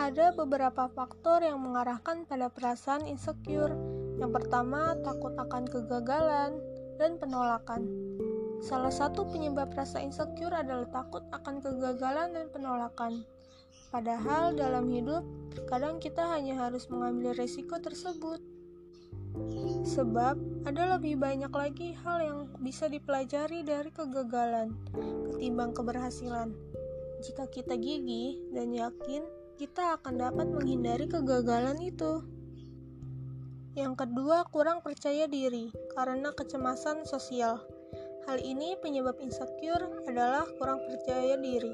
Ada beberapa faktor yang mengarahkan pada perasaan insecure. Yang pertama, takut akan kegagalan dan penolakan. Salah satu penyebab rasa insecure adalah takut akan kegagalan dan penolakan. Padahal dalam hidup, terkadang kita hanya harus mengambil resiko tersebut. Sebab ada lebih banyak lagi hal yang bisa dipelajari dari kegagalan ketimbang keberhasilan. Jika kita gigih dan yakin, kita akan dapat menghindari kegagalan itu. Yang kedua, kurang percaya diri karena kecemasan sosial. Hal ini penyebab insecure adalah kurang percaya diri.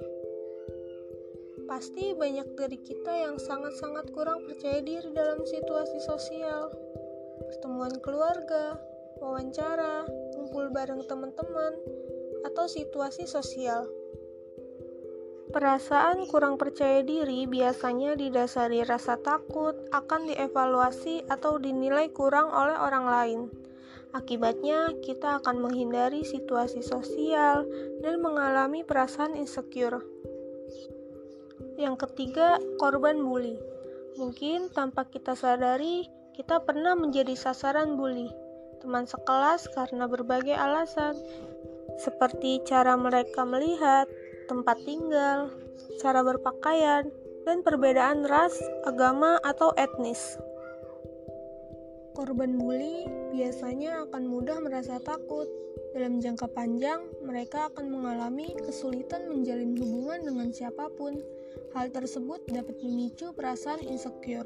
Pasti banyak dari kita yang sangat-sangat kurang percaya diri dalam situasi sosial. Pertemuan keluarga, wawancara, kumpul bareng teman-teman, atau situasi sosial. Perasaan kurang percaya diri biasanya didasari rasa takut akan dievaluasi atau dinilai kurang oleh orang lain. Akibatnya, kita akan menghindari situasi sosial dan mengalami perasaan insecure. Yang ketiga, korban bully. Mungkin tanpa kita sadari, kita pernah menjadi sasaran bully teman sekelas karena berbagai alasan, seperti cara mereka melihat, tempat tinggal, cara berpakaian, dan perbedaan ras, agama, atau etnis. Korban bully biasanya akan mudah merasa takut. Dalam jangka panjang, mereka akan mengalami kesulitan menjalin hubungan dengan siapapun. Hal tersebut dapat memicu perasaan insecure.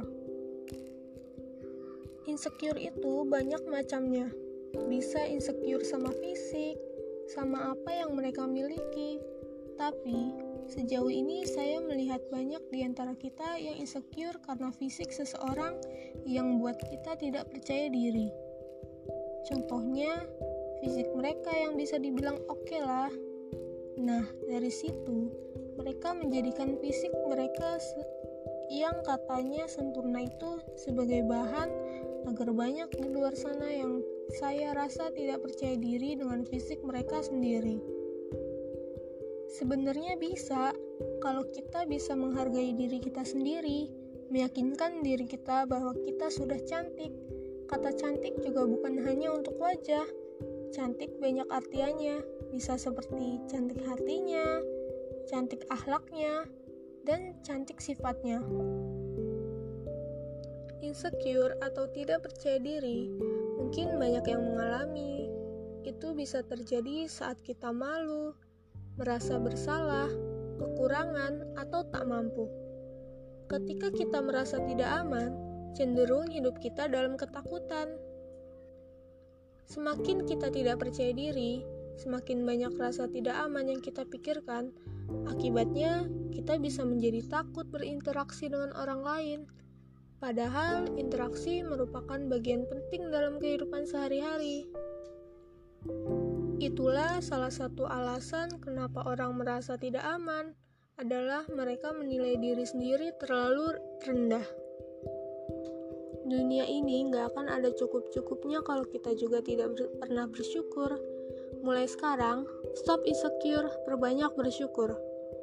Insecure itu banyak macamnya. Bisa insecure sama fisik, sama apa yang mereka miliki. Tapi, sejauh ini saya melihat banyak di antara kita yang insecure karena fisik seseorang yang membuat kita tidak percaya diri. Contohnya, fisik mereka yang bisa dibilang oke lah. Nah, dari situ, mereka menjadikan fisik mereka yang katanya sempurna itu sebagai bahan agar banyak di luar sana yang saya rasa tidak percaya diri dengan fisik mereka sendiri. Sebenarnya bisa, kalau kita bisa menghargai diri kita sendiri, meyakinkan diri kita bahwa kita sudah cantik. Kata cantik juga bukan hanya untuk wajah. Cantik banyak artiannya, bisa seperti cantik hatinya, cantik akhlaknya, dan cantik sifatnya. Insecure atau tidak percaya diri mungkin banyak yang mengalami. Itu bisa terjadi saat kita malu, merasa bersalah, kekurangan, atau tak mampu. Ketika kita merasa tidak aman, cenderung hidup kita dalam ketakutan. Semakin kita tidak percaya diri, semakin banyak rasa tidak aman yang kita pikirkan. Akibatnya, kita bisa menjadi takut berinteraksi dengan orang lain. Padahal, interaksi merupakan bagian penting dalam kehidupan sehari-hari. Itulah salah satu alasan kenapa orang merasa tidak aman, adalah mereka menilai diri sendiri terlalu rendah. Dunia ini gak akan ada cukup-cukupnya kalau kita juga tidak pernah bersyukur. Mulai sekarang, stop insecure, perbanyak bersyukur.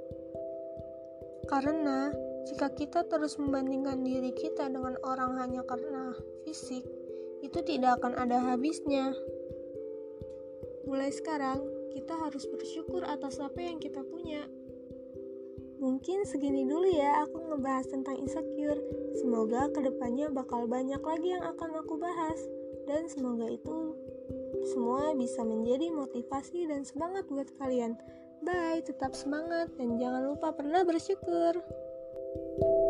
Karena, jika kita terus membandingkan diri kita dengan orang hanya karena fisik, itu tidak akan ada habisnya. Mulai sekarang, kita harus bersyukur atas apa yang kita punya. Mungkin segini dulu ya aku ngebahas tentang insecure. Semoga kedepannya bakal banyak lagi yang akan aku bahas. Dan semoga itu semua bisa menjadi motivasi dan semangat buat kalian. Bye, tetap semangat dan jangan lupa pernah bersyukur.